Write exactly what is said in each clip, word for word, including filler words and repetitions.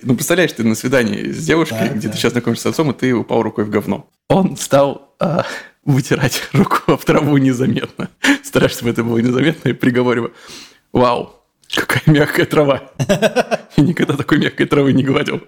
ну, представляешь, ты на свидании с девушкой, Да, где да. ты сейчас знакомишься с отцом, и ты упал рукой в говно. Он стал а, вытирать руку об траву незаметно. Стараешься, чтобы это было незаметно, и приговоривая: вау, какая мягкая трава. Я никогда такой мягкой травы не гладил.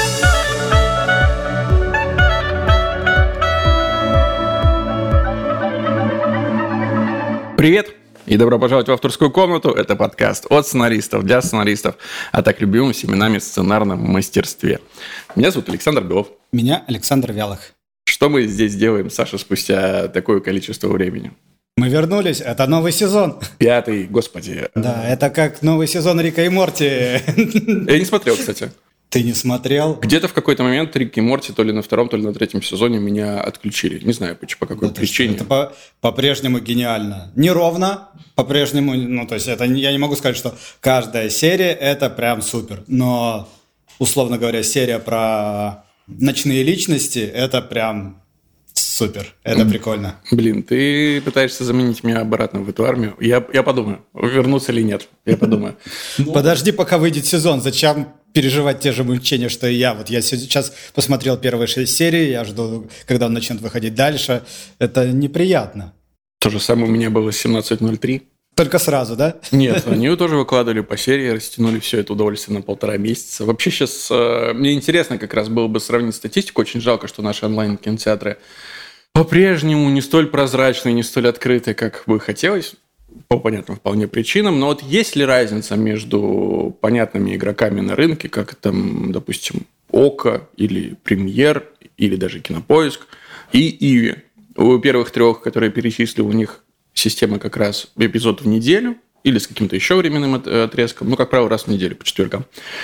Привет! И добро пожаловать в авторскую комнату. Это подкаст от сценаристов для сценаристов, а так любимым семенами в сценарном мастерстве. Меня зовут Александр Белов. Меня Александр Вялых. Что мы здесь делаем, Саша, спустя такое количество времени? Мы вернулись, это новый сезон. Пятый, господи. Да, это как новый сезон Рика и Морти. Я не смотрел, кстати. Ты не смотрел? Где-то в какой-то момент Рик и Морти то ли на втором, то ли на третьем сезоне меня отключили. Не знаю, по какой Да ты причине. что, Это по- по-прежнему гениально. Неровно, по-прежнему, ну, то есть это не- я не могу сказать, что каждая серия это прям супер. Но, условно говоря, серия про ночные личности это прям супер. Это прикольно. Блин, ты пытаешься заменить меня обратно в эту армию. Я, я подумаю, вернуться или нет. Я подумаю. Подожди, пока выйдет сезон. Зачем переживать те же мучения, что и я? Вот я сейчас посмотрел первые шесть серий, я жду, когда он начнет выходить дальше. Это неприятно. То же самое у меня было с семнадцать ноль три. Только сразу, да? Нет, они тоже выкладывали по серии, растянули все это удовольствие на полтора месяца. Вообще сейчас э, мне интересно как раз было бы сравнить статистику. Очень жалко, что наши онлайн-кинотеатры по-прежнему не столь прозрачные, не столь открытые, как бы хотелось, по понятным вполне причинам. Но вот есть ли разница между понятными игроками на рынке, как там, допустим, Око или Премьер, или даже Кинопоиск, и Иви? У первых трех, которые перечислил, у них система как раз эпизод в неделю или с каким-то еще временным отрезком, ну, как правило, раз в неделю, по четвергам.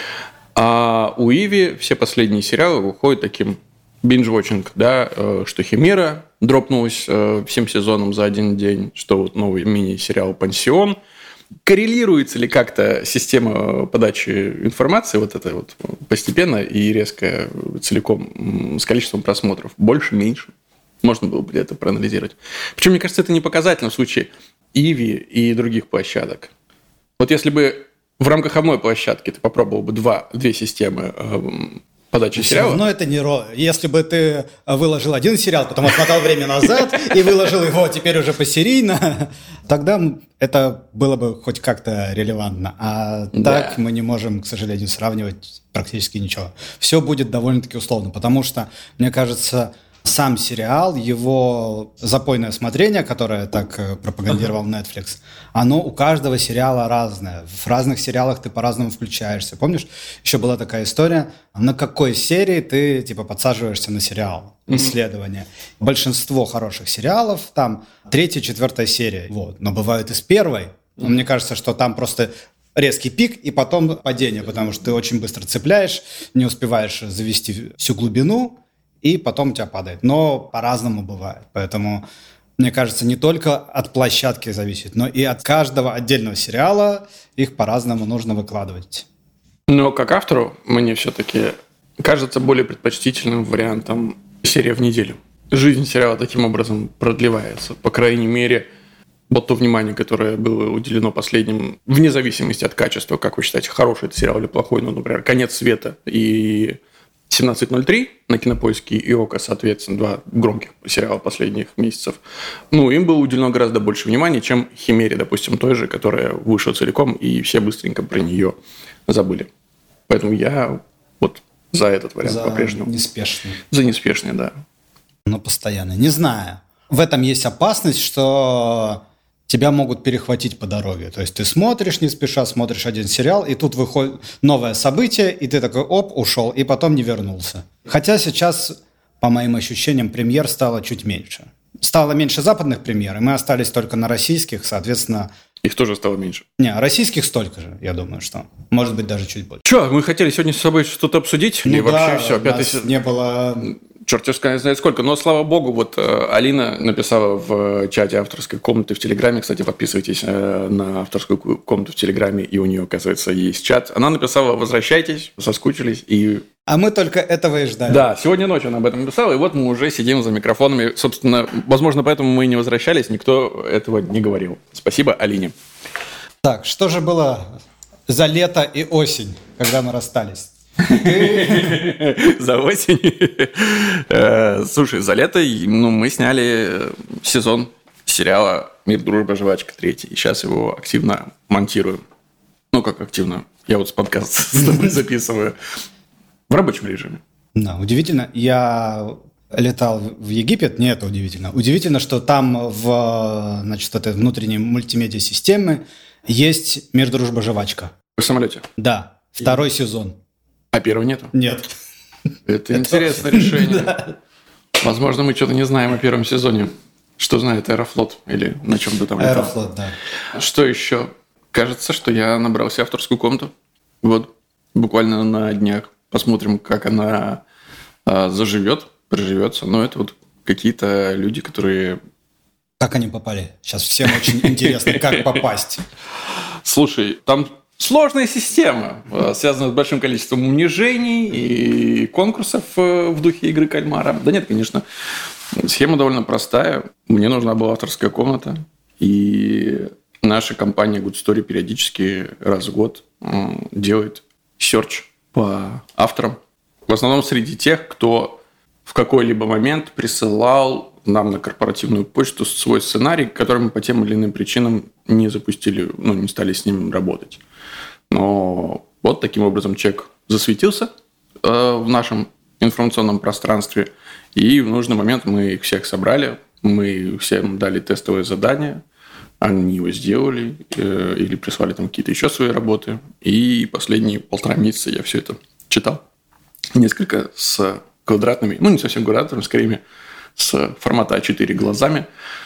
А у Иви все последние сериалы выходят таким бинж-вотчинг, да, что Химера дропнулась всем сезоном за один день, что вот новый мини-сериал «Пансион». Коррелируется ли как-то система подачи информации, вот это вот постепенно и резко целиком, с количеством просмотров? Больше, меньше? Можно было бы это проанализировать. Причем, мне кажется, это не показательно в случае Иви и других площадок. Вот если бы в рамках одной площадки ты попробовал бы два, две системы эм, подачи Все сериала... равно это не ро. Если бы ты выложил один сериал, потом отмотал время назад и выложил его теперь уже посерийно, тогда это было бы хоть как-то релевантно. А Да. так мы не можем, к сожалению, сравнивать практически ничего. Все будет довольно-таки условно, потому что, мне кажется, сам сериал, его запойное смотрение, которое так э, пропагандировал Netflix, оно у каждого сериала разное. В разных сериалах ты по-разному включаешься. Помнишь, еще была такая история, на какой серии ты типа подсаживаешься на сериал, исследование. Большинство хороших сериалов там третья, четвертая серия. Вот. Но бывают и с первой. Но мне кажется, что там просто резкий пик и потом падение, потому что ты очень быстро цепляешь, не успеваешь завести всю глубину, и потом у тебя падает. Но по-разному бывает. Поэтому, мне кажется, не только от площадки зависит, но и от каждого отдельного сериала их по-разному нужно выкладывать. Но как автору мне все-таки кажется более предпочтительным вариантом серия в неделю. Жизнь сериала таким образом продлевается. По крайней мере, вот то внимание, которое было уделено последним, вне зависимости от качества, как вы считаете, хороший это сериал или плохой, ну, например, «Конец света» и семнадцать ноль три на Кинопоиске и Око, соответственно, два громких сериала последних месяцев, ну, им было уделено гораздо больше внимания, чем Химере, допустим, той же, которая вышла целиком, и все быстренько про нее забыли. Поэтому я вот за этот вариант За по-прежнему. неспешный. За неспешный, да. Но постоянно. Не знаю. В этом есть опасность, что тебя могут перехватить по дороге. То есть ты смотришь не спеша, смотришь один сериал, и тут выходит новое событие, и ты такой, оп, ушел, и потом не вернулся. Хотя сейчас, по моим ощущениям, премьер стало чуть меньше. Стало меньше западных премьер, и мы остались только на российских, соответственно... Их тоже стало меньше. Не, российских столько же, я думаю, что. Может быть, даже чуть больше. Че, мы хотели сегодня с собой что-то обсудить? Ну Или да, вообще все, пятый нас сезон? не было... Черт его знает сколько. Но, слава богу, вот э, Алина написала в чате авторской комнаты в Телеграме. Кстати, подписывайтесь э, на авторскую комнату в Телеграме, и у нее, оказывается, есть чат. Она написала: возвращайтесь, соскучились. И... А мы только этого и ждали. Да, сегодня ночью она об этом написала, и вот мы уже сидим за микрофонами. Собственно, возможно, поэтому мы и не возвращались, никто этого не говорил. Спасибо Алине. Так, что же было за лето и осень, когда мы расстались? За осень. Слушай, за лето ну, мы сняли сезон сериала «Мир, дружба, жвачка» третий. И сейчас его активно монтируем. Ну, как активно? Я вот с подкаст с тобой записываю. В рабочем режиме. Да, удивительно. Я летал в Египет, не это удивительно. Удивительно, что там в, значит, этой внутренней мультимедиа-системе есть «Мир, дружба, жвачка». В самолете? Да, второй И... сезон. А первого нету? Нет. Это интересное решение. Возможно, мы что-то не знаем о первом сезоне. Что знает Аэрофлот или на чем-то там летал. Аэрофлот, да. Что еще? Кажется, что я набрал себе авторскую комнату. Вот, буквально на днях. Посмотрим, как она а, заживет, приживется. Но это вот какие-то люди, которые... Как они попали? Сейчас всем очень интересно, как попасть. Слушай, там сложная система, связанная с большим количеством унижений и конкурсов в духе игры кальмара. Да нет, конечно. Схема довольно простая. Мне нужна была авторская комната. И наша компания Good Story периодически раз в год делает серч по авторам. В основном среди тех, кто в какой-либо момент присылал нам на корпоративную почту свой сценарий, который мы по тем или иным причинам не запустили, ну, не стали с ним работать. Но вот таким образом человек засветился э, в нашем информационном пространстве, и в нужный момент мы их всех собрали, мы всем дали тестовое задание, они его сделали э, или прислали там какие-то еще свои работы, и последние полтора месяца я все это читал. Несколько с квадратными, ну, не совсем квадратными, скорее с формата а четыре глазами.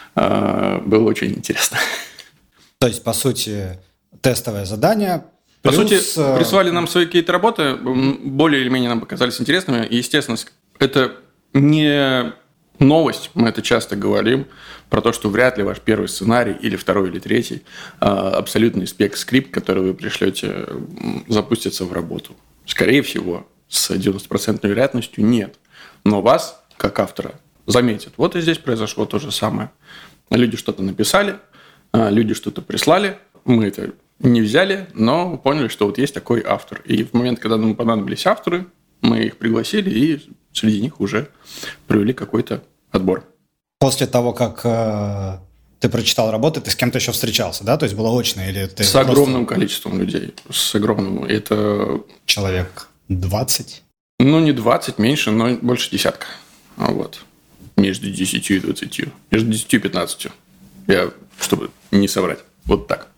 Э, было очень интересно. То есть, по сути, тестовое задание... По Плюс... сути, прислали нам свои какие-то работы, более или менее нам показались интересными. И, естественно, это не новость, мы это часто говорим, про то, что вряд ли ваш первый сценарий, или второй, или третий, абсолютный спек-скрипт, который вы пришлете, запустится в работу. Скорее всего, с девяносто процентов вероятностью нет. Но вас, как автора, заметят. Вот и здесь произошло то же самое. Люди что-то написали, люди что-то прислали, мы это... не взяли, но поняли, что вот есть такой автор. И в момент, когда нам понадобились авторы, мы их пригласили и среди них уже провели какой-то отбор. После того, как э, ты прочитал работы, ты с кем-то еще встречался, да? То есть было очно или ты... С просто... огромным количеством людей. С огромным. Это... Человек двадцать? Ну, не двадцать, меньше, но больше десятка. Вот. Между десятью и двадцатью. Между десятью и пятнадцатью. Я, чтобы не соврать. Вот так.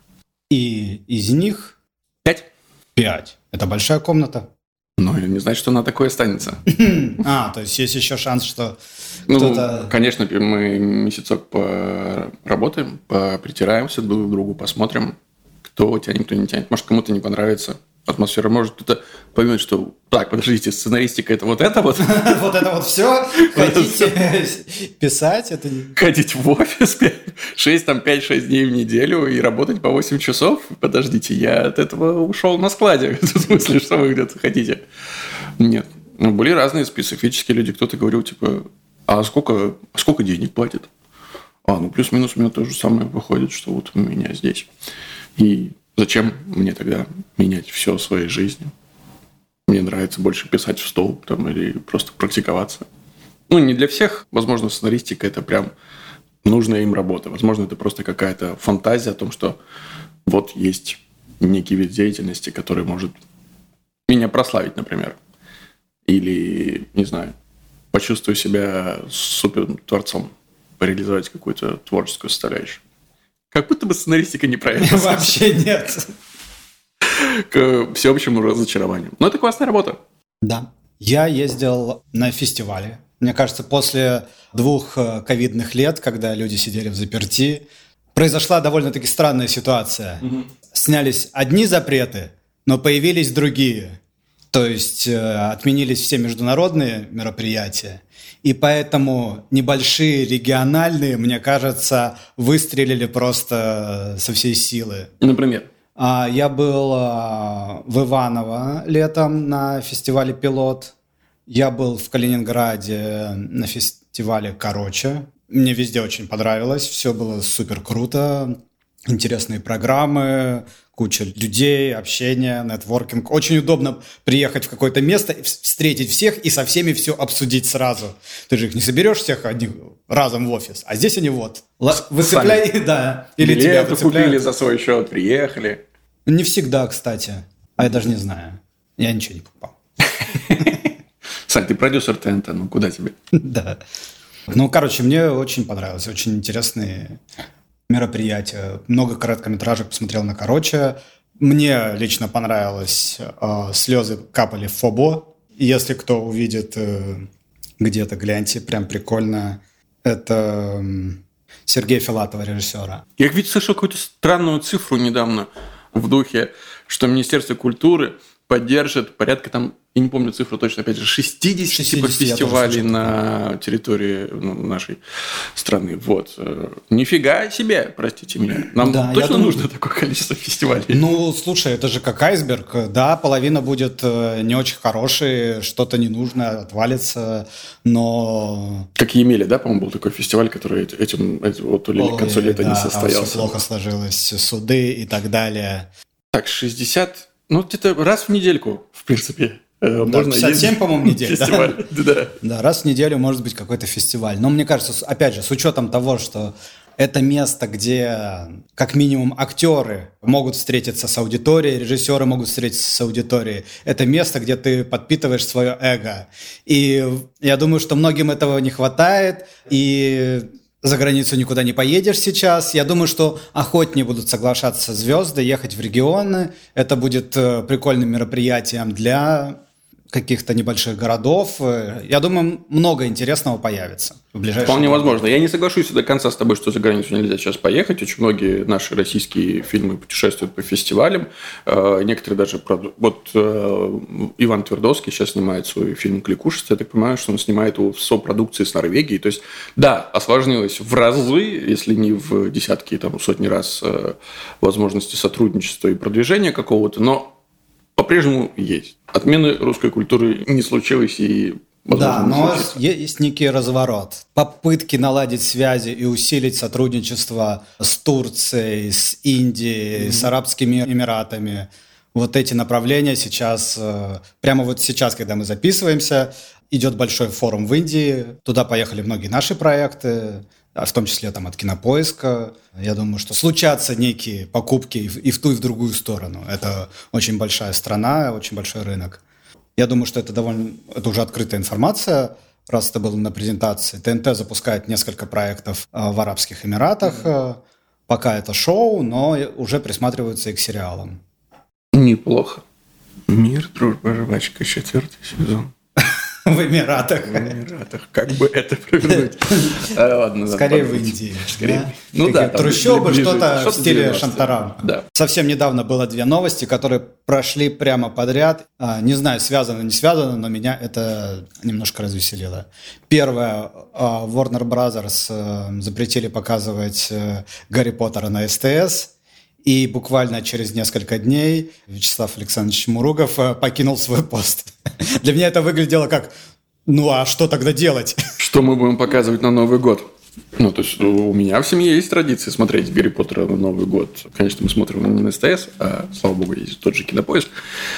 И из них... Пять. Пять. Это большая комната? Ну, я не знаю, что она такое останется. А, то есть есть еще шанс, что ну, кто-то... конечно, мы месяцок поработаем, попритираемся друг к другу, посмотрим, кто тянет, кто не тянет. Может, кому-то не понравится атмосфера. Может, кто-то поймет, что... Так, подождите, сценаристика – это вот это вот? Вот это вот все? Хотите писать? Это ходить в офис шесть, там, пять-шесть дней в неделю и работать по восемь часов? Подождите, я от этого ушел на складе. В смысле, что вы где-то хотите? Нет. Ну, были разные специфические люди. Кто-то говорил, типа, а сколько, а сколько денег платят? А, ну, плюс-минус у меня то же самое выходит, что вот у меня здесь. И зачем мне тогда менять все в своей жизни? Мне нравится больше писать в стол там, или просто практиковаться. Ну, не для всех. Возможно, сценаристика – это прям нужная им работа. Возможно, это просто какая-то фантазия о том, что вот есть некий вид деятельности, который может меня прославить, например. Или, не знаю, почувствую себя супер-творцом, реализовать какую-то творческую составляющую. Как будто бы сценаристика не про это. Вообще нет. К всеобщему разочарованию. Но это классная работа. Да. Я ездил на фестивале. Мне кажется, после двух ковидных лет, когда люди сидели в заперти, произошла довольно-таки странная ситуация. Угу. Снялись одни запреты, но появились другие. То есть отменились все международные мероприятия. И поэтому небольшие региональные, мне кажется, выстрелили просто со всей силы. Например? Я был в Иваново летом на фестивале «Пилот». Я был в Калининграде на фестивале «Короче». Мне везде очень понравилось, все было супер круто. интересные программы, куча людей, общения, нетворкинг. Очень удобно приехать в какое-то место, встретить всех и со всеми все обсудить сразу. Ты же их не соберешь всех одним разом в офис, а здесь они вот. Выцепляй, да. Или тебя купили за свой счет, приехали. Не всегда, кстати. А я даже не знаю. Я ничего не покупал. Сань, ты продюсер ТНТ, ну куда тебе? Да. Ну, короче, мне очень понравилось. Очень интересные мероприятия. Много короткометражек посмотрел на короче. Мне лично понравилось э, «Слезы капали в Фобо». Если кто увидит э, где-то, гляньте, прям прикольно. Это э, Сергея Филатова, режиссера. Я ведь слышал какую-то странную цифру недавно в духе, что Министерство культуры поддержит порядка там, я не помню цифру точно, опять же, шестьдесят, шестьдесят типа, фестивалей на территории ну, нашей страны. Вот. Нифига себе, простите меня. Нам да, точно думаю... нужно такое количество фестивалей? Ну, слушай, это же как айсберг. Да, половина будет не очень хорошей, что-то ненужное отвалится, но... Как Емеля, да, по-моему, был такой фестиваль, который этим, этим вот то ли к концу лета да, не состоялся. Все плохо сложилось, суды и так далее. Так, шестьдесят... Ну, где-то раз в недельку, в принципе, да, можно пятьдесят семь, по-моему, недель. Фестиваль, да? Да. Да, раз в неделю может быть какой-то фестиваль. Но мне кажется, опять же, с учетом того, что это место, где как минимум актеры могут встретиться с аудиторией, режиссеры могут встретиться с аудиторией. Это место, где ты подпитываешь свое эго. И я думаю, что многим этого не хватает. И... За границу никуда не поедешь сейчас. Я думаю, что охотнее будут соглашаться звезды, ехать в регионы. Это будет прикольным мероприятием для каких-то небольших городов. Я думаю, много интересного появится в ближайшее Вполне время. Возможно. Я не соглашусь до конца с тобой, что за границу нельзя сейчас поехать. Очень многие наши российские фильмы путешествуют по фестивалям. Некоторые даже... Вот Иван Твердовский сейчас снимает свой фильм «Кликушество». Я так понимаю, что он снимает его в сопродукции с Норвегией. То есть, да, осложнилось в разы, если не в десятки, там, сотни раз возможности сотрудничества и продвижения какого-то, но по-прежнему есть. Отмены русской культуры не случилось и... Да, но есть некий разворот. Попытки наладить связи и усилить сотрудничество с Турцией, с Индией, mm-hmm. с Арабскими Эмиратами. Вот эти направления сейчас, прямо вот сейчас, когда мы записываемся, идет большой форум в Индии. Туда поехали многие наши проекты, в том числе там от Кинопоиска. Я думаю, что случатся некие покупки и в ту, и в другую сторону. Это очень большая страна, очень большой рынок. Я думаю, что это довольно, это уже открытая информация, раз это было на презентации. ТНТ запускает несколько проектов в Арабских Эмиратах. Mm-hmm. Пока это шоу, но уже присматриваются и к сериалам. Неплохо. «Мир, дружба, жвачка», четвертый сезон. В Эмиратах. В Эмиратах. Как бы это провернуть? Ладно, скорее в Индии. Скорее. Ну да. Трущобы, что-то в стиле Шантарам. Совсем недавно было две новости, которые прошли прямо подряд. Не знаю, связано, не связано, но меня это немножко развеселило. Первое. Warner Brothers запретили показывать Гарри Поттера на СТС. И буквально через несколько дней Вячеслав Александрович Муругов покинул свой пост. Для меня это выглядело как, ну а что тогда делать? Что мы будем показывать на Новый год? Ну, то есть у меня в семье есть традиция смотреть Гарри Поттера на Новый год. Конечно, мы смотрим не на СТС, а, слава богу, есть тот же Кинопоиск.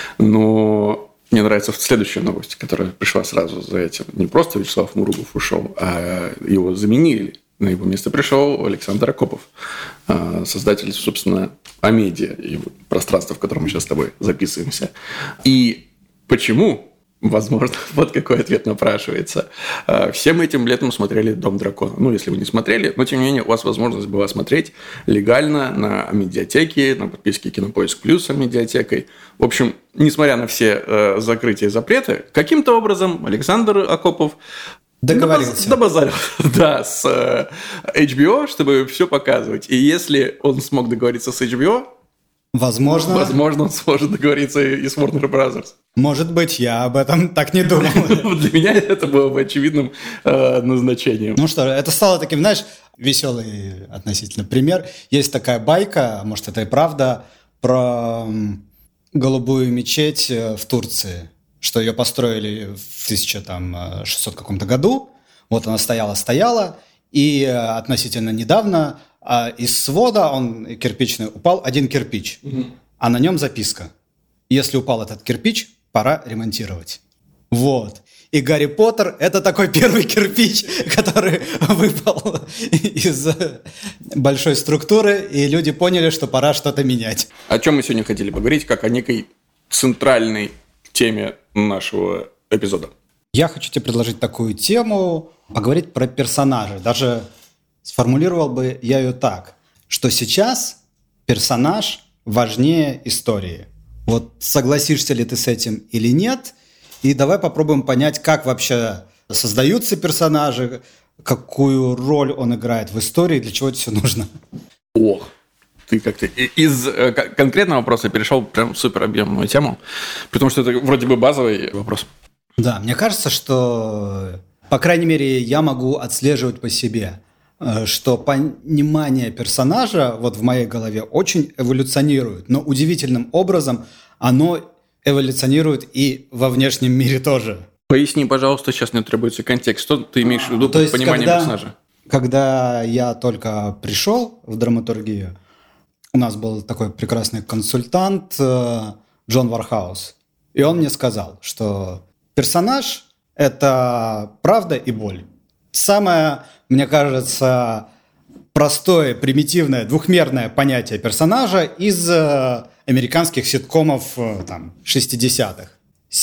Но мне нравится следующая новость, которая пришла сразу за этим. Не просто Вячеслав Муругов ушел, а его заменили. На его место пришел Александр Акопов, создатель, собственно, Амедиа и пространства, в котором мы сейчас с тобой записываемся. И почему? Возможно, вот какой ответ напрашивается. Все мы этим летом смотрели «Дом дракона». Ну, если вы не смотрели, но, тем не менее, у вас возможность была смотреть легально на медиатеке, на подписке «Кинопоиск Плюс» с медиатекой. В общем, несмотря на все э, закрытия и запреты, каким-то образом Александр Акопов договорился. Добазарил, да, с э, эйч би о, чтобы все показывать. И если он смог договориться с эйч би о, возможно, возможно, он сможет договориться и с Warner Brothers. Может быть, я об этом так не думал. Для меня это было бы очевидным э, назначением. Ну что, это стало таким, знаешь, веселый относительно пример. Есть такая байка, может, это и правда, про голубую мечеть в Турции, что ее построили в тысяча шестисотом каком-то году. Вот она стояла-стояла, и относительно недавно а из свода, он кирпичный, упал один кирпич, угу. а на нем записка. Если упал этот кирпич, пора ремонтировать. Вот. И Гарри Поттер – это такой первый кирпич, который выпал из большой структуры, и люди поняли, что пора что-то менять. О чем мы сегодня хотели поговорить, как о некой центральной теме нашего эпизода? Я хочу тебе предложить такую тему, поговорить про персонажей. Даже сформулировал бы я ее так, что сейчас персонаж важнее истории. Вот согласишься ли ты с этим или нет? И давай попробуем понять, как вообще создаются персонажи, какую роль он играет в истории, для чего это все нужно. Ох, ты как-то из конкретного вопроса перешел прям в суперобъемную тему, потому что это вроде бы базовый вопрос. Да, мне кажется, что, по крайней мере, я могу отслеживать по себе, что понимание персонажа вот в моей голове очень эволюционирует, но удивительным образом оно эволюционирует и во внешнем мире тоже. Поясни, пожалуйста, сейчас мне требуется контекст. Что ты имеешь в виду под под пониманием когда, персонажа? Когда я только пришел в драматургию, у нас был такой прекрасный консультант Джон Вархаус, и он мне сказал, что персонаж – это правда и боль. Самое, мне кажется, простое, примитивное, двухмерное понятие персонажа из американских ситкомов там, шестидесятых.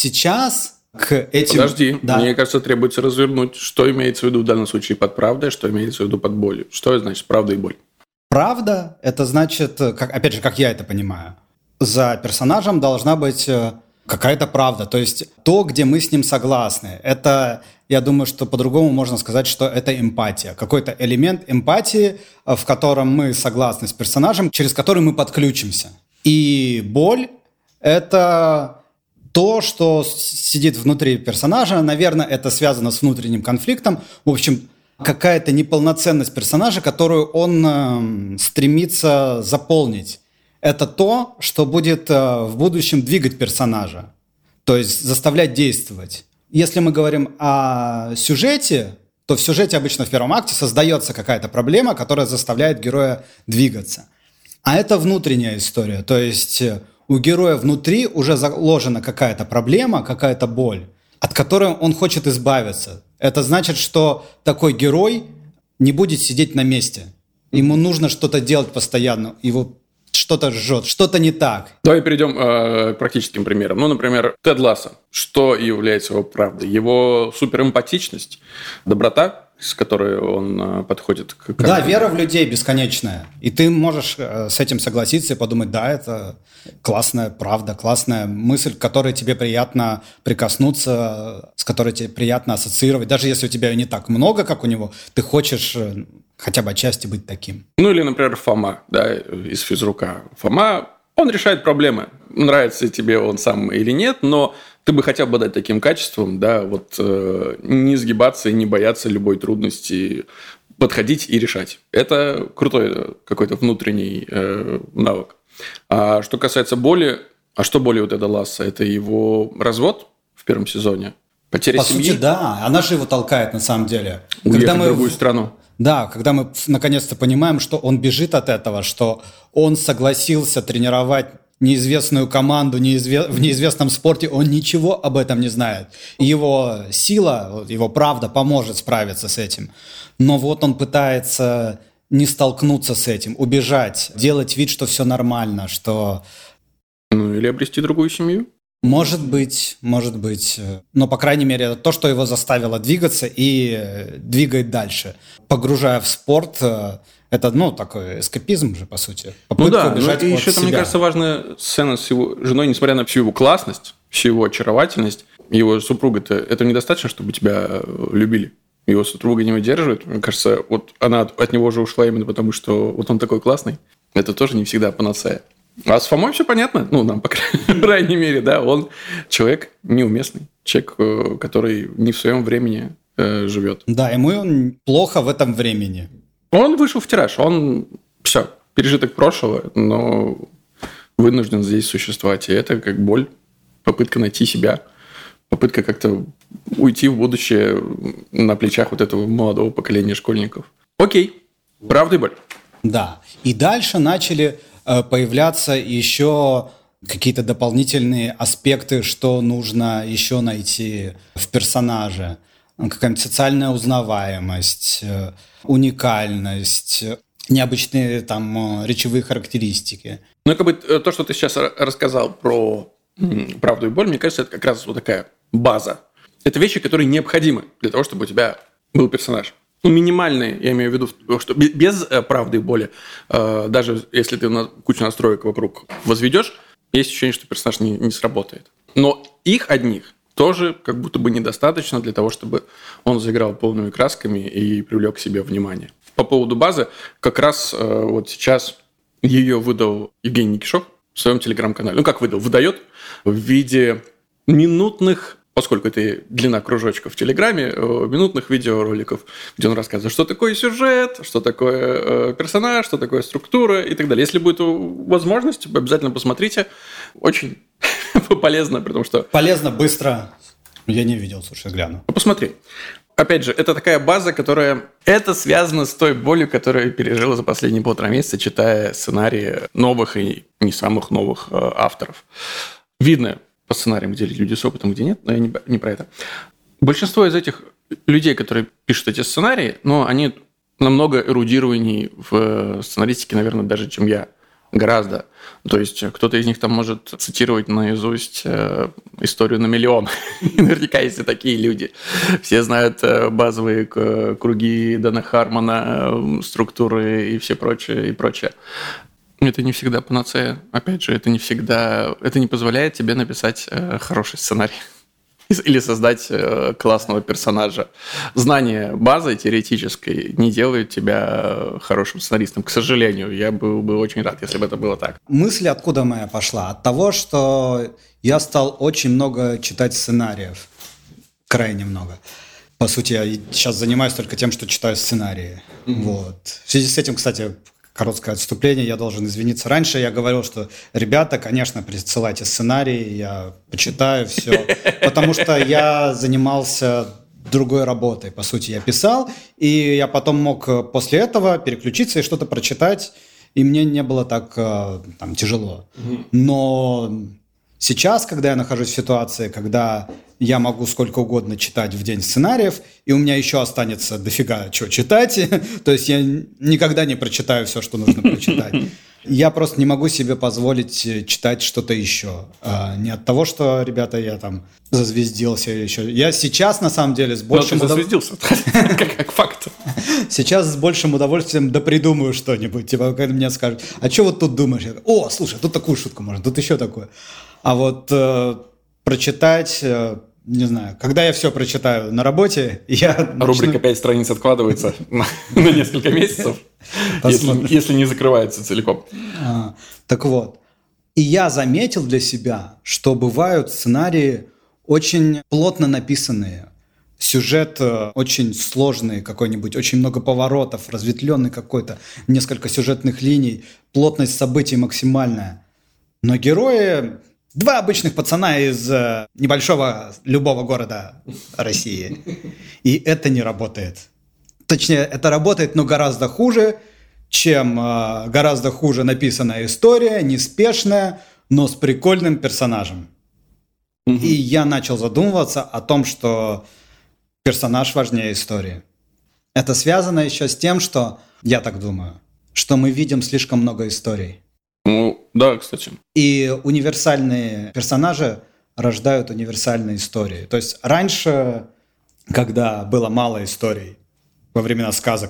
Сейчас к этим... Подожди, да. Мне кажется, требуется развернуть, что имеется в виду в данном случае под правдой, что имеется в виду под болью. Что это значит правда и боль? Правда – это значит, как, опять же, как я это понимаю, за персонажем должна быть какая-то правда, то есть то, где мы с ним согласны. Это, я думаю, что по-другому можно сказать, что это эмпатия. Какой-то элемент эмпатии, в котором мы согласны с персонажем, через который мы подключимся. И боль – это то, что сидит внутри персонажа. Наверное, это связано с внутренним конфликтом. В общем, какая-то неполноценность персонажа, которую он э, стремится заполнить. Это то, что будет э, в будущем двигать персонажа, то есть заставлять действовать. Если мы говорим о сюжете, то в сюжете обычно в первом акте создается какая-то проблема, которая заставляет героя двигаться. А это внутренняя история, то есть у героя внутри уже заложена какая-то проблема, какая-то боль, от которой он хочет избавиться. Это значит, что такой герой не будет сидеть на месте. Ему нужно что-то делать постоянно, его что-то жжет, что-то не так. Давай перейдем э, к практическим примерам. Ну, например, Тед Лассо. Что является его правдой? Его суперэмпатичность, доброта, с которой он э, подходит к... Да, вера в людей бесконечная. И ты можешь э, с этим согласиться и подумать, да, это классная правда, классная мысль, к которой тебе приятно прикоснуться, с которой тебе приятно ассоциировать. Даже если у тебя не так много, как у него, ты хочешь э, хотя бы отчасти быть таким. Ну, или, например, Фома, да, из «Физрука». Фома, он решает проблемы. Нравится тебе он сам или нет, но ты бы хотел бы дать таким качеством, да, вот э, не сгибаться и не бояться любой трудности, подходить и решать. Это крутой какой-то внутренний э, навык. А что касается боли, а что боли у Теда Лассо? Это его развод в первом сезоне? Потеря По семьи? сути, да. Она же его толкает на самом деле. Уехать когда мы... в другую страну. Да, когда мы наконец-то понимаем, что он бежит от этого, что он согласился тренировать неизвестную команду неизве... в неизвестном спорте, он ничего об этом не знает. Его сила, его правда поможет справиться с этим. Но вот он пытается не столкнуться с этим, убежать, делать вид, что все нормально, что... Ну, или обрести другую семью. Может быть, может быть. Но, по крайней мере, это то, что его заставило двигаться и двигать дальше. Погружая в спорт, это, ну, такой эскапизм же, по сути. Попытка ну да, убежать ну, и от еще, себя. Там, мне кажется, важная сцена с его женой, несмотря на всю его классность, всю его очаровательность, его супруга-то, это недостаточно, чтобы тебя любили. Его супруга не выдерживает. Мне кажется, вот она от, от него уже ушла именно потому, что вот он такой классный. Это тоже не всегда панацея. А с Фомой все понятно. Ну, нам, по крайней мере, да, он человек неуместный. Человек, который не в своем времени э, живет. Да, ему он плохо в этом времени. Он вышел в тираж. Он, все, пережиток прошлого, но вынужден здесь существовать. И это как боль, попытка найти себя, попытка как-то уйти в будущее на плечах вот этого молодого поколения школьников. Окей, правда и боль. Да. И дальше начали э, появляться еще какие-то дополнительные аспекты, что нужно еще найти в персонаже. Какая-нибудь социальная узнаваемость, э, уникальность, необычные там речевые характеристики. Ну, как бы то, что ты сейчас рассказал про правду и боль, мне кажется, это как раз вот такая база. Это вещи, которые необходимы для того, чтобы у тебя был персонаж. Ну, минимальные, я имею в виду, что без правды и боли, даже если ты кучу настроек вокруг возведешь, есть ощущение, что персонаж не, не сработает. Но их одних тоже как будто бы недостаточно для того, чтобы он заиграл полными красками и привлек к себе внимание. По поводу базы, как раз вот сейчас ее выдал Евгений Никишов в своем телеграм-канале. Ну, как выдал? Выдает в виде минутных, поскольку это длина кружочка в Телеграме, минутных видеороликов, где он рассказывает, что такое сюжет, что такое персонаж, что такое структура и так далее. Если будет возможность, обязательно посмотрите. Очень полезно, потому что... Полезно, быстро. Я не видел, слушай, гляну. Посмотри. Опять же, это такая база, которая... Это связано с той болью, которую я пережил за последние полтора месяца, читая сценарии новых и не самых новых э, авторов. Видно по сценариям, где люди с опытом, где нет, но я не, не про это. Большинство из этих людей, которые пишут эти сценарии, но они намного эрудированнее в сценаристике, наверное, даже, чем я. Гораздо. То есть кто-то из них там может цитировать наизусть э, историю на миллион. Наверняка есть и такие люди. Все знают э, базовые к- круги Дэна Хармона, э, структуры и все прочее, и прочее. Это не всегда панацея. Опять же, это не всегда... Это не позволяет тебе написать э, хороший сценарий. Или создать э, классного персонажа. Знание базы теоретической не делает тебя хорошим сценаристом. К сожалению, я был бы очень рад, если бы это было так. Мысль откуда моя пошла? От того, что я стал очень много читать сценариев. Крайне много. По сути, я сейчас занимаюсь только тем, что читаю сценарии. Mm-hmm. Вот. В связи с этим, кстати... Короткое отступление, я должен извиниться. Раньше я говорил, что, ребята, конечно, присылайте сценарий, я почитаю все, потому что я занимался другой работой. По сути, я писал, и я потом мог после этого переключиться и что-то прочитать, и мне не было так там, тяжело. Но сейчас, когда я нахожусь в ситуации, когда я могу сколько угодно читать в день сценариев, и у меня еще останется дофига чего читать, то есть я никогда не прочитаю все, что нужно прочитать. Я просто не могу себе позволить читать что-то еще. А, не от того, что, ребята, я там зазвездился или еще. Я сейчас, на самом деле, с большим... Но ты зазвездился, как факт. Сейчас с большим удовольствием допридумаю что-нибудь. Типа, когда мне скажут, а что вот тут думаешь? Я говорю, о, слушай, тут такую шутку можно, тут еще такое. А вот э, прочитать... Э, не знаю, когда я все прочитаю на работе, я... Начну... Рубрика «пять страниц» откладывается на несколько месяцев, если не закрывается целиком. Так вот, и я заметил для себя, что бывают сценарии очень плотно написанные, сюжет очень сложный какой-нибудь, очень много поворотов, разветвленный какой-то, несколько сюжетных линий, плотность событий максимальная. Но герои... Два обычных пацана из э, небольшого любого города России. И это не работает. Точнее, это работает, но гораздо хуже, чем э, гораздо хуже написанная история, неспешная, но с прикольным персонажем. Mm-hmm. И я начал задумываться о том, что персонаж важнее истории. Это связано еще с тем, что, я так думаю, что мы видим слишком много историй. Ну, да, кстати. И универсальные персонажи рождают универсальные истории. То есть раньше, когда было мало историй, во времена сказок,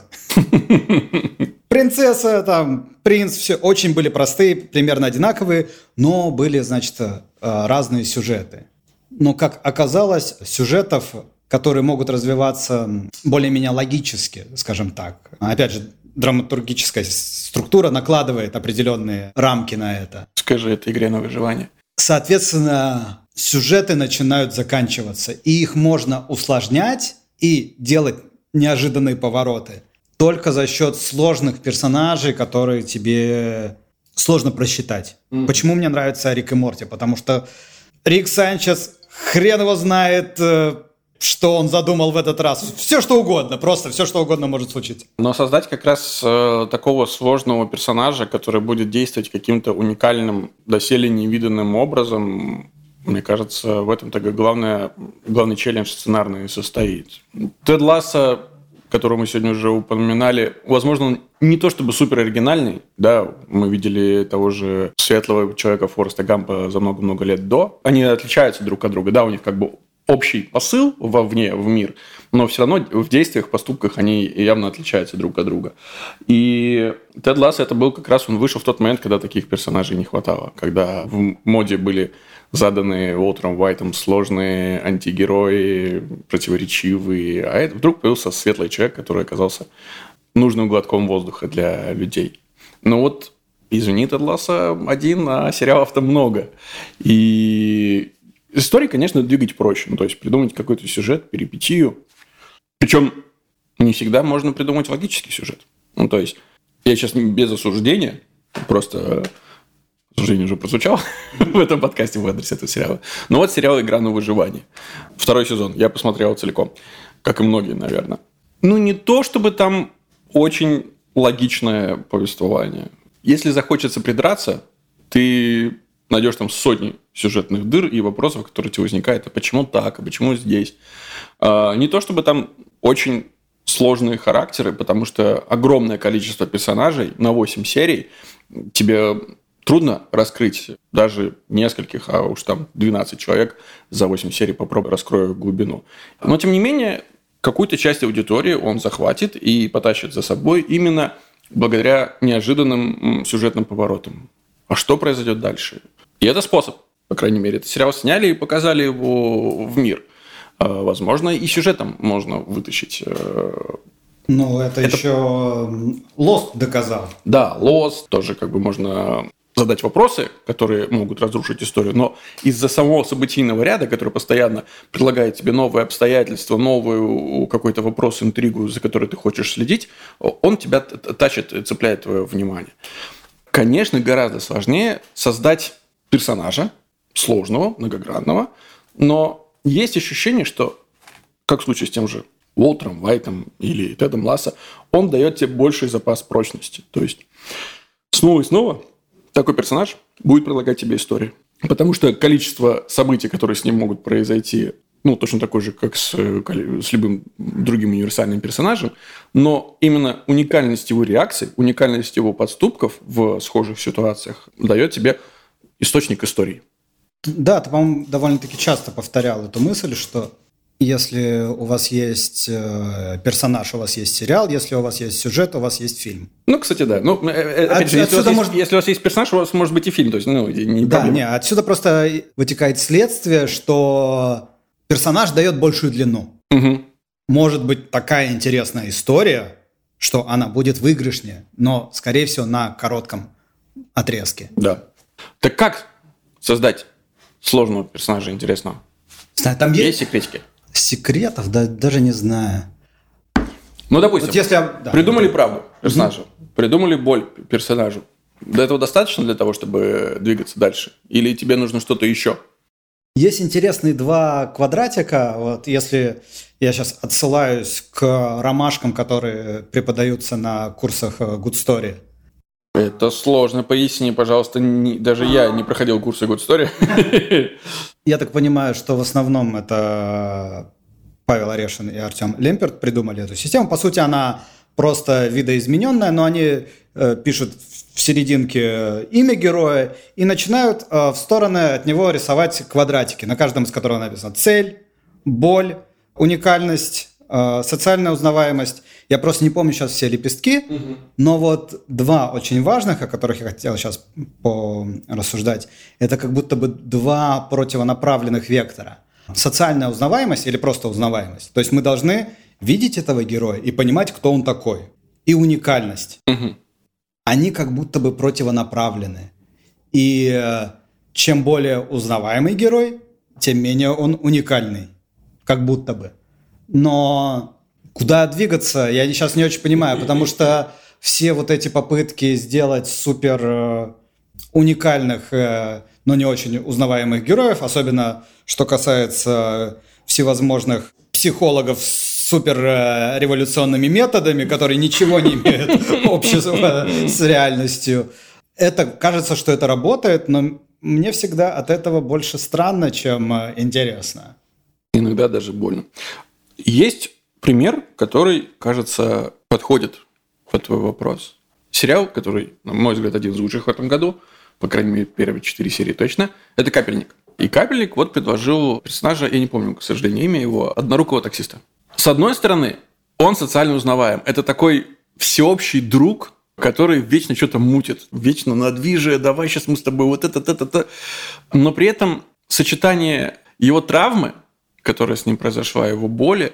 принцесса, там, принц, все очень были простые, примерно одинаковые, но были, значит, разные сюжеты. Но, как оказалось, сюжетов, которые могут развиваться более-менее логически, скажем так. Опять же, драматургическая структура накладывает определенные рамки на это. Скажи, это игре на выживание. Соответственно, сюжеты начинают заканчиваться, и их можно усложнять и делать неожиданные повороты только за счет сложных персонажей, которые тебе сложно просчитать. Mm. Почему мне нравится Рик и Морти? Потому что Рик Санчес, хрен его знает, что он задумал в этот раз. Все, что угодно, просто все, что угодно может случиться. Но создать как раз э, такого сложного персонажа, который будет действовать каким-то уникальным, доселе невиданным образом, мне кажется, в этом такой главное, главный челлендж сценарный состоит. Тед Лассо, которого мы сегодня уже упоминали, возможно, он не то чтобы супер оригинальный, да, мы видели того же светлого человека Фореста Гампа за много-много лет до. Они отличаются друг от друга, да, у них как бы общий посыл вовне, в мир, но все равно в действиях, поступках они явно отличаются друг от друга. И Тед Лассо это был как раз, он вышел в тот момент, когда таких персонажей не хватало, когда в моде были заданы Уолтером Уайтом сложные антигерои, противоречивые, а это вдруг появился светлый человек, который оказался нужным глотком воздуха для людей. Но вот, извини, Тед Лассо один, а сериалов-то много. И истории, конечно, двигать проще. Ну, то есть, придумать какой-то сюжет, перипетию. Причем не всегда можно придумать логический сюжет. Ну, то есть, я сейчас без осуждения, просто осуждение уже прозвучало в этом подкасте в адрес этого сериала. Но вот сериал «Игра на выживание». Второй сезон. Я посмотрел целиком. Как и многие, наверное. Ну, не то, чтобы там очень логичное повествование. Если захочется придраться, ты найдешь там сотни сюжетных дыр и вопросов, которые тебе возникают. А почему так? А почему здесь? А, не то, чтобы там очень сложные характеры, потому что огромное количество персонажей на восемь серий тебе трудно раскрыть даже нескольких, а уж там двенадцать человек за восемь серий попробуй раскрою глубину. Но, тем не менее, какую-то часть аудитории он захватит и потащит за собой именно благодаря неожиданным сюжетным поворотам. А что произойдет дальше? И это способ, по крайней мере. Этот сериал сняли и показали его в мир. Возможно, и сюжетом можно вытащить. Ну, это, это... еще Lost доказал. Да, Lost тоже как бы можно задать вопросы, которые могут разрушить историю, но из-за самого событийного ряда, который постоянно предлагает тебе новые обстоятельства, новый какой-то вопрос, интригу, за которой ты хочешь следить, он тебя тащит, цепляет твое внимание. Конечно, гораздо сложнее создать персонажа, сложного, многогранного, но есть ощущение, что, как в случае с тем же Уолтером Уайтом или Тедом Лассо, он дает тебе больший запас прочности. То есть снова и снова такой персонаж будет предлагать тебе историю. Потому что количество событий, которые с ним могут произойти, ну, точно такое же, как с, с любым другим универсальным персонажем, но именно уникальность его реакций, уникальность его подступков в схожих ситуациях дает тебе источник истории. Да, ты, по-моему, довольно-таки часто повторял эту мысль, что если у вас есть э, персонаж, у вас есть сериал, если у вас есть сюжет, у вас есть фильм. Ну, кстати, да. Ну, опять От, же, если у, может... есть, если у вас есть персонаж, у вас может быть и фильм. То есть, ну, не да, проблема. Не, отсюда просто вытекает следствие, что персонаж дает большую длину. Угу. Может быть такая интересная история, что она будет выигрышнее, но, скорее всего, на коротком отрезке. Да. Так как создать сложного персонажа интересного? Знаю, там есть... есть секретики? Секретов? Да, даже не знаю. Ну, допустим, вот если... да, придумали да. правду персонажу, угу. придумали боль персонажу. До этого достаточно для того, чтобы двигаться дальше? Или тебе нужно что-то еще? Есть интересные два квадратика. Вот если я сейчас отсылаюсь к ромашкам, которые преподаются на курсах Good Story. Это сложно. Поясни, пожалуйста. Не, даже я не проходил курсы Good Story. Я так понимаю, что в основном это Павел Орешин и Артем Лемперт придумали эту систему. По сути, она просто видоизмененная, но они э, пишут в серединке имя героя и начинают э, в стороны от него рисовать квадратики, на каждом из которых написано цель, боль, уникальность, э, социальная узнаваемость. Я просто не помню сейчас все лепестки, угу. но вот два очень важных, о которых я хотел сейчас порассуждать, это как будто бы два противонаправленных вектора. Социальная узнаваемость или просто узнаваемость. То есть мы должны видеть этого героя и понимать, кто он такой. И уникальность. Угу. Они как будто бы противонаправлены. И э, чем более узнаваемый герой, тем менее он уникальный. Как будто бы. Но куда двигаться, я сейчас не очень понимаю, потому что все вот эти попытки сделать супер э, уникальных, э, но не очень узнаваемых героев, особенно что касается всевозможных психологов с суперреволюционными методами, которые ничего не имеют общего с реальностью. Это кажется, что это работает, но мне всегда от этого больше странно, чем интересно. Иногда даже больно. Есть пример, который, кажется, подходит под твой вопрос. Сериал, который, на мой взгляд, один из лучших в этом году, по крайней мере, первые четыре серии точно, это «Капельник». И «Капельник» вот предложил персонажа, я не помню, к сожалению, имя его, однорукого таксиста. С одной стороны, он социально узнаваем. Это такой всеобщий друг, который вечно что-то мутит, вечно надвижие, давай сейчас мы с тобой вот это, это, это. Но при этом сочетание его травмы, которая с ним произошла, его боли,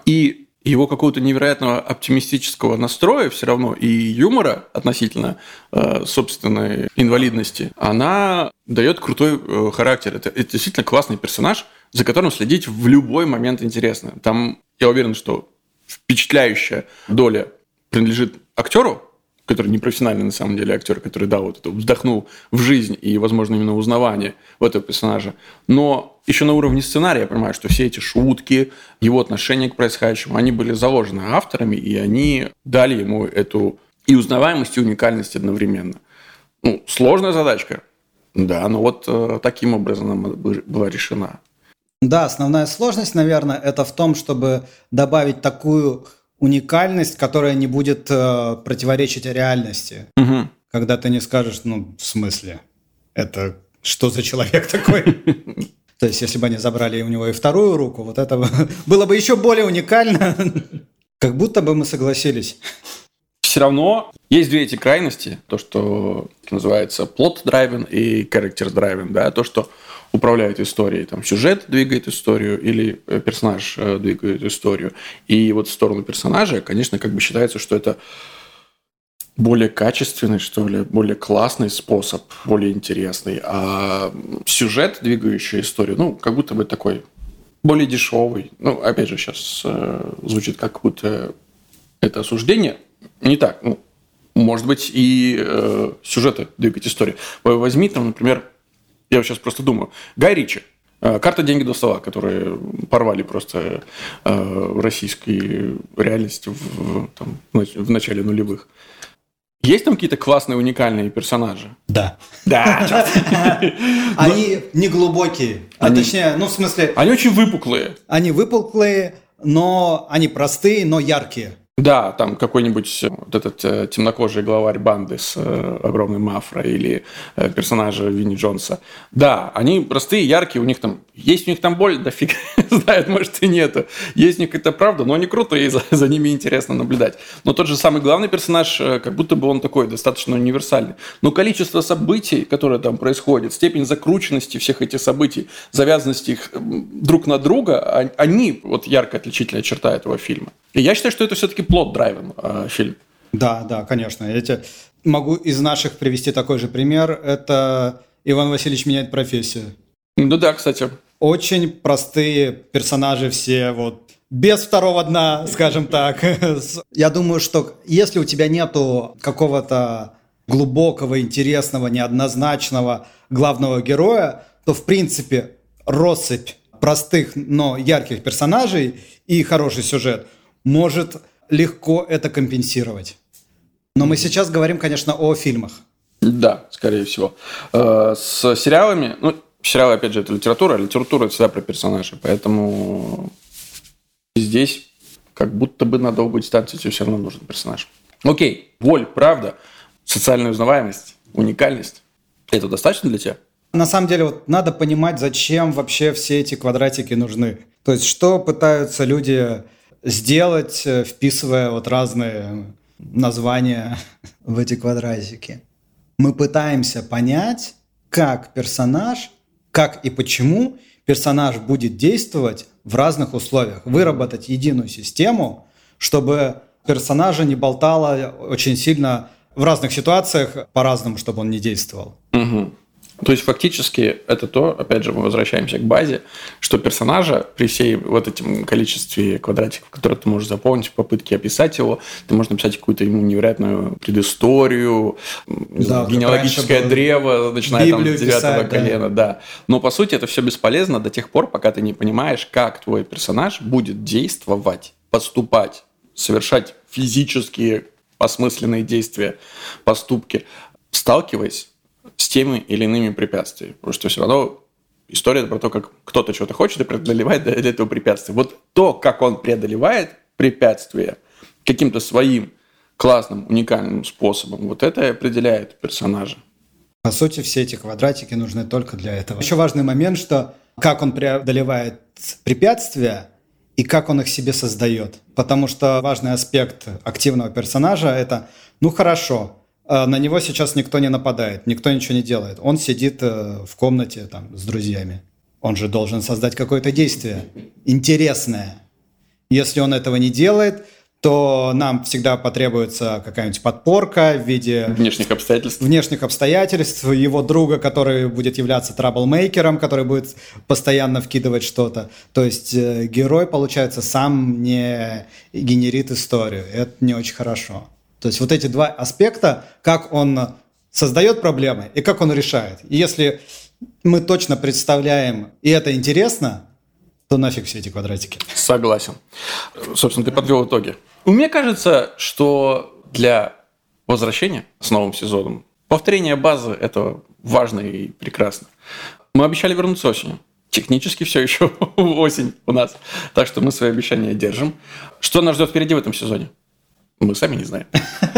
и его какого-то невероятного оптимистического настроя все равно, и юмора относительно э, собственной инвалидности, она дает крутой э, характер. Это, это действительно классный персонаж, за которым следить в любой момент интересно. Там, я уверен, что впечатляющая доля принадлежит актеру, который не профессиональный на самом деле актер, который, да, вот это вздохнул в жизнь и, возможно, именно узнавание в этого персонажа. Но еще на уровне сценария я понимаю, что все эти шутки, его отношение к происходящему, они были заложены авторами, и они дали ему эту и узнаваемость, и уникальность одновременно. Ну, сложная задачка, да, но вот э, таким образом она была решена. Да, основная сложность, наверное, это в том, чтобы добавить такую уникальность, которая не будет э, противоречить реальности. Угу. Когда ты не скажешь, ну, в смысле, это что за человек такой? То есть, если бы они забрали у него и вторую руку, вот это было бы еще более уникально. Как будто бы мы согласились. Все равно есть две эти крайности. То, что называется plot-driven и character-driven. Да? То, что управляет историей. Там сюжет двигает историю или персонаж двигает историю. И вот в сторону персонажа, конечно, как бы считается, что это более качественный, что ли, более классный способ, более интересный. А сюжет, двигающий историю, ну, как будто бы такой более дешевый. Ну, опять же, сейчас э, звучит как будто это осуждение. Не так. Ну, может быть, и э, сюжеты двигать историю. Возьми там, например, я вот сейчас просто думаю, Гай Ричи. «Карта, деньги, два ствола», которые порвали просто э, российскую реальность в, там, в начале нулевых. Есть там какие-то классные, уникальные персонажи? Да. Да. Они не глубокие. А точнее, ну в смысле... Они очень выпуклые. Они выпуклые, но они простые, но яркие. Да, там какой-нибудь вот этот э, темнокожий главарь банды с э, огромной мафрой или э, персонажа Винни Джонса. Да, они простые, яркие, у них там есть у них там боль, да фиг знает, может и нету. Есть у них это правда, но они крутые, и за, за ними интересно наблюдать. Но тот же самый главный персонаж, э, как будто бы он такой достаточно универсальный. Но количество событий, которые там происходят, степень закрученности всех этих событий, завязанности их друг на друга, они вот яркая отличительная черта этого фильма. И я считаю, что это все-таки плот-драйвен э, фильм. Да, да, конечно. Я тебе могу из наших привести такой же пример. Это «Иван Васильевич меняет профессию». Ну да, кстати. Очень простые персонажи все, вот без второго дна, скажем так. Я думаю, что если у тебя нету какого-то глубокого, интересного, неоднозначного главного героя, то, в принципе, россыпь простых, но ярких персонажей и хороший сюжет может легко это компенсировать. Но мы сейчас говорим, конечно, о фильмах. Да, скорее всего. С сериалами, ну, сериалы, опять же, это литература, а литература это всегда про персонажей, поэтому здесь как будто бы на долгую дистанцию тебе все равно нужен персонаж. Окей, боль, правда, социальная узнаваемость, уникальность. Это достаточно для тебя? На самом деле, вот надо понимать, зачем вообще все эти квадратики нужны. То есть, что пытаются люди сделать, вписывая вот разные названия в эти квадратики. Мы пытаемся понять, как персонаж, как и почему персонаж будет действовать в разных условиях. Выработать единую систему, чтобы персонажа не болтало очень сильно в разных ситуациях по-разному, чтобы он не действовал. Угу. То есть фактически это то, опять же, мы возвращаемся к базе, что персонажа при всей вот этом количестве квадратиков, которые ты можешь заполнить в попытке описать его, ты можешь написать какую-то ему невероятную предысторию, да, генеалогическое древо, начиная Библию там с девятого писать, колена. Да. Да. Но по сути это все бесполезно до тех пор, пока ты не понимаешь, как твой персонаж будет действовать, поступать, совершать физические осмысленные действия, поступки, сталкиваясь с теми или иными препятствиями. Потому что все равно история про то, как кто-то что-то хочет и преодолевает для этого препятствия. Вот то, как он преодолевает препятствия каким-то своим классным, уникальным способом, вот это и определяет персонажа. По сути, все эти квадратики нужны только для этого. Еще важный момент, что как он преодолевает препятствия и как он их себе создает. Потому что важный аспект активного персонажа – это, ну хорошо, на него сейчас никто не нападает, никто ничего не делает. Он сидит в комнате там, с друзьями. Он же должен создать какое-то действие интересное. Если он этого не делает, то нам всегда потребуется какая-нибудь подпорка в виде внешних обстоятельств. внешних обстоятельств, его друга, который будет являться траблмейкером, который будет постоянно вкидывать что-то. То есть э, герой, получается, сам не генерит историю. Это не очень хорошо. То есть вот эти два аспекта, как он создает проблемы и как он решает. И если мы точно представляем, и это интересно, то нафиг все эти квадратики. Согласен. Собственно, ты подвел итоги. Мне кажется, что для возвращения с новым сезоном повторение базы – это важно и прекрасно. Мы обещали вернуться осенью. Технически все еще осень у нас. Так что мы свои обещания держим. Что нас ждет впереди в этом сезоне? Мы сами не знаем.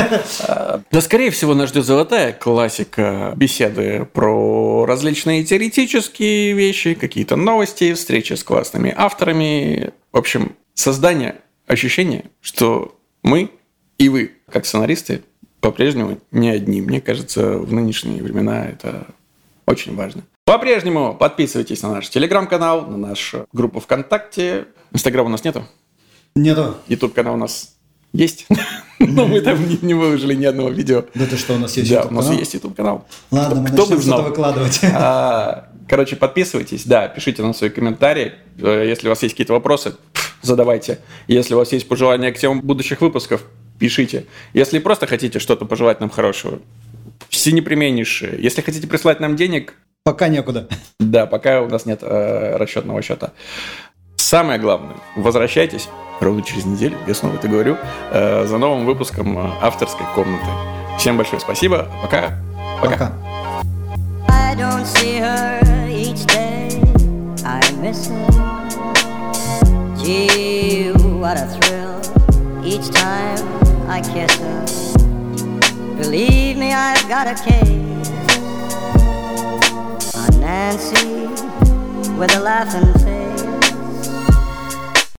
Да, скорее всего, нас ждет золотая классика, беседы про различные теоретические вещи, какие-то новости, встречи с классными авторами. В общем, создание ощущения, что мы и вы, как сценаристы, по-прежнему не одни. Мне кажется, в нынешние времена это очень важно. По-прежнему подписывайтесь на наш телеграм-канал, на нашу группу ВКонтакте. Инстаграма у нас нету? Нету. Ютуб-канал у нас есть, но мы там не, не выложили ни одного видео. Да ты что, у нас есть да, YouTube-канал? у нас есть YouTube-канал. Ладно, мы Кто начнем что-то выкладывать. А, короче, подписывайтесь, да, пишите нам свои комментарии. Если у вас есть какие-то вопросы, задавайте. Если у вас есть пожелания к темам будущих выпусков, пишите. Если просто хотите что-то пожелать нам хорошего, всенепременнейшее. Если хотите прислать нам денег... Пока некуда. Да, пока у нас нет э, расчетного счета. Самое главное, возвращайтесь ровно через неделю, я снова это говорю, э, за новым выпуском авторской комнаты. Всем большое спасибо. Пока. Пока. Пока. I don't see her each day. I miss her. Gee, what a thrill each time I kiss her. Believe me, I've got a case on Nancy with a laughing face.